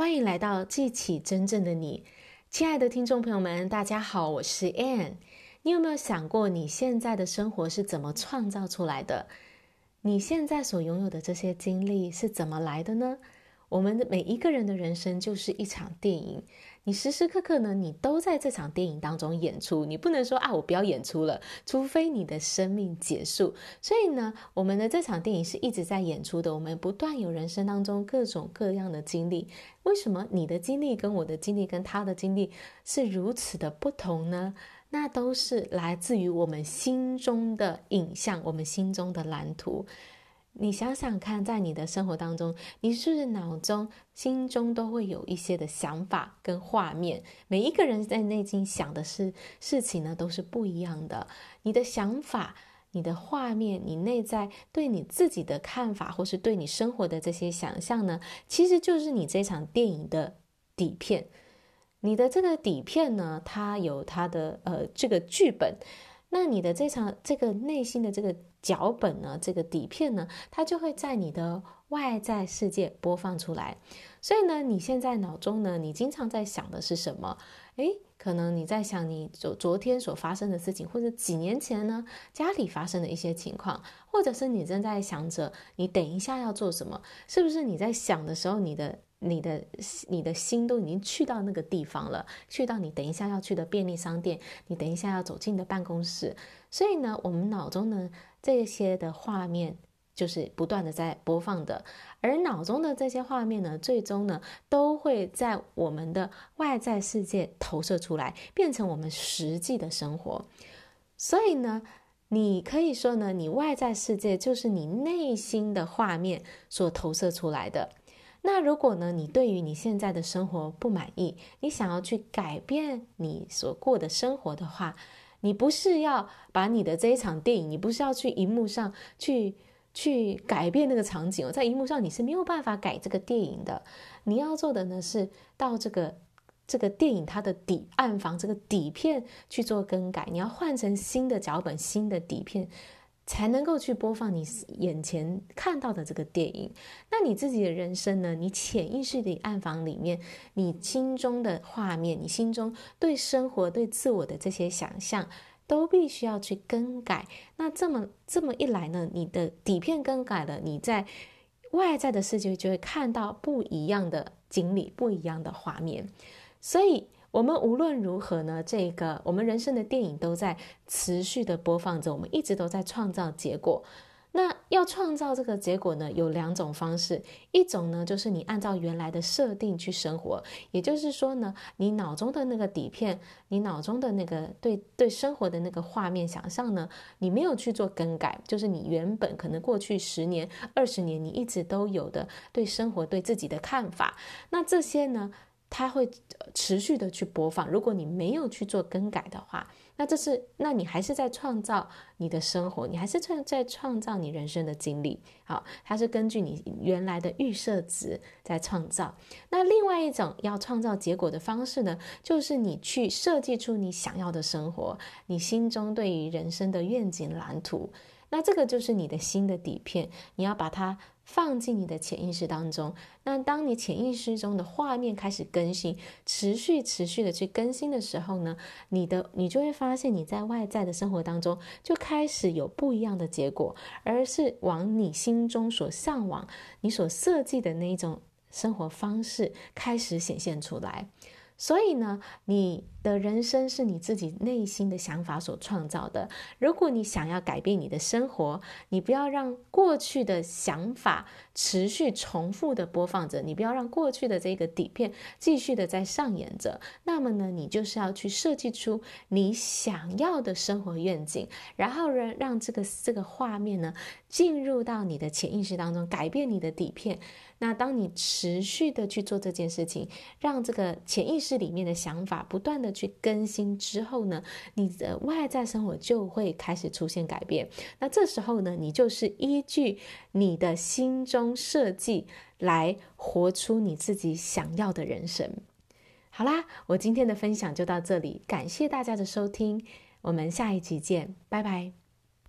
欢迎来到记起真正的你。亲爱的听众朋友们，大家好，我是 Ann。 你有没有想过你现在的生活是怎么创造出来的？你现在所拥有的这些经历是怎么来的呢？我们的每一个人的人生就是一场电影，你时时刻刻呢，你都在这场电影当中演出。你不能说我不要演出了，除非你的生命结束。所以呢，我们的这场电影是一直在演出的，我们不断有人生当中各种各样的经历。为什么你的经历跟我的经历跟他的经历是如此的不同呢？那都是来自于我们心中的影像，我们心中的蓝图。你想想看，在你的生活当中，你是不是脑中心中都会有一些的想法跟画面？每一个人在内心想的事情呢，都是不一样的。你的想法，你的画面，你内在对你自己的看法，或是对你生活的这些想象呢，其实就是你这场电影的底片。你的这个底片呢，它有它的这个剧本，那你的这个内心的这个脚本呢，这个底片呢，它就会在你的外在世界播放出来。所以呢，你现在脑中呢，你经常在想的是什么？可能你在想你昨天所发生的事情，或者几年前呢家里发生的一些情况，或者是你正在想着你等一下要做什么。是不是你在想的时候，你的心都已经去到那个地方了，去到你等一下要去的便利商店，你等一下要走进的办公室。所以呢，我们脑中呢这些的画面就是不断的在播放的，而脑中的这些画面呢，最终呢都会在我们的外在世界投射出来，变成我们实际的生活。所以呢，你可以说呢，你外在世界就是你内心的画面所投射出来的。那如果呢，你对于你现在的生活不满意，你想要去改变你所过的生活的话，你不是要把你的这一场电影，你不是要去荧幕上去改变那个场景在荧幕上你是没有办法改这个电影的。你要做的呢，是到这个电影它的暗房这个底片去做更改，你要换成新的脚本，新的底片，才能够去播放你眼前看到的这个电影。那你自己的人生呢，你潜意识的暗房里面，你心中的画面，你心中对生活对自我的这些想象都必须要去更改。那这么一来呢，你的底片更改了，你在外在的世界就会看到不一样的经历，不一样的画面。所以我们无论如何呢，我们人生的电影都在持续的播放着，我们一直都在创造结果。那要创造这个结果呢，有两种方式。一种呢，就是你按照原来的设定去生活，也就是说呢，你脑中的那个底片，你脑中的那个对生活的那个画面想象呢，你没有去做更改，就是你原本可能过去10年、20年你一直都有的对生活对自己的看法。那这些呢，它会持续的去播放。如果你没有去做更改的话，那你还是在创造你的生活，你还是在创造你人生的经历。好，它是根据你原来的预设值在创造。那另外一种要创造结果的方式呢，就是你去设计出你想要的生活，你心中对于人生的愿景蓝图。那这个就是你的新的底片，你要把它放进你的潜意识当中。那当你潜意识中的画面开始更新，持续的去更新的时候呢，你就会发现你在外在的生活当中就开始有不一样的结果，而是往你心中所向往、你所设计的那一种生活方式开始显现出来。所以呢，你的人生是你自己内心的想法所创造的。如果你想要改变你的生活，你不要让过去的想法持续重复的播放着，你不要让过去的这个底片继续的在上演着。那么呢，你就是要去设计出你想要的生活愿景，然后让这个画面呢进入到你的潜意识当中，改变你的底片。那当你持续的去做这件事情，让这个潜意识里面的想法不断的去更新之后呢，你的外在生活就会开始出现改变。那这时候呢，你就是依据你的心中设计来活出你自己想要的人生。好啦，我今天的分享就到这里，感谢大家的收听，我们下一集见，拜拜。